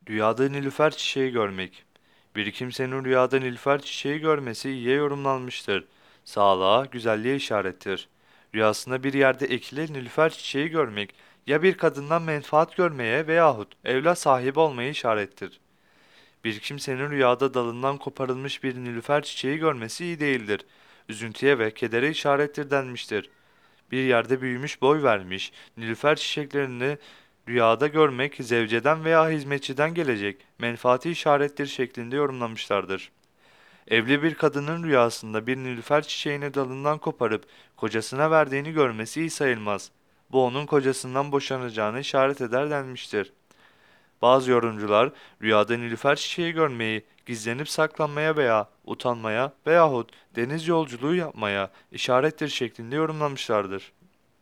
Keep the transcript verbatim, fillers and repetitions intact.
Rüyada nilüfer çiçeği görmek. Bir kimsenin rüyada nilüfer çiçeği görmesi iyiye yorumlanmıştır. Sağlığa, güzelliğe işarettir. Rüyasında bir yerde ekili nilüfer çiçeği görmek, ya bir kadından menfaat görmeye veyahut evlat sahibi olmaya işarettir. Bir kimsenin rüyada dalından koparılmış bir nilüfer çiçeği görmesi iyi değildir. Üzüntüye ve kedere işarettir denmiştir. Bir yerde büyümüş boy vermiş, nilüfer çiçeklerini rüyada görmek zevceden veya hizmetçiden gelecek menfaati işarettir şeklinde yorumlamışlardır. Evli bir kadının rüyasında bir nilüfer çiçeğini dalından koparıp kocasına verdiğini görmesi iyi sayılmaz. Bu onun kocasından boşanacağını işaret eder denmiştir. Bazı yorumcular rüyada nilüfer çiçeği görmeyi gizlenip saklanmaya veya utanmaya veyahut deniz yolculuğu yapmaya işarettir şeklinde yorumlamışlardır.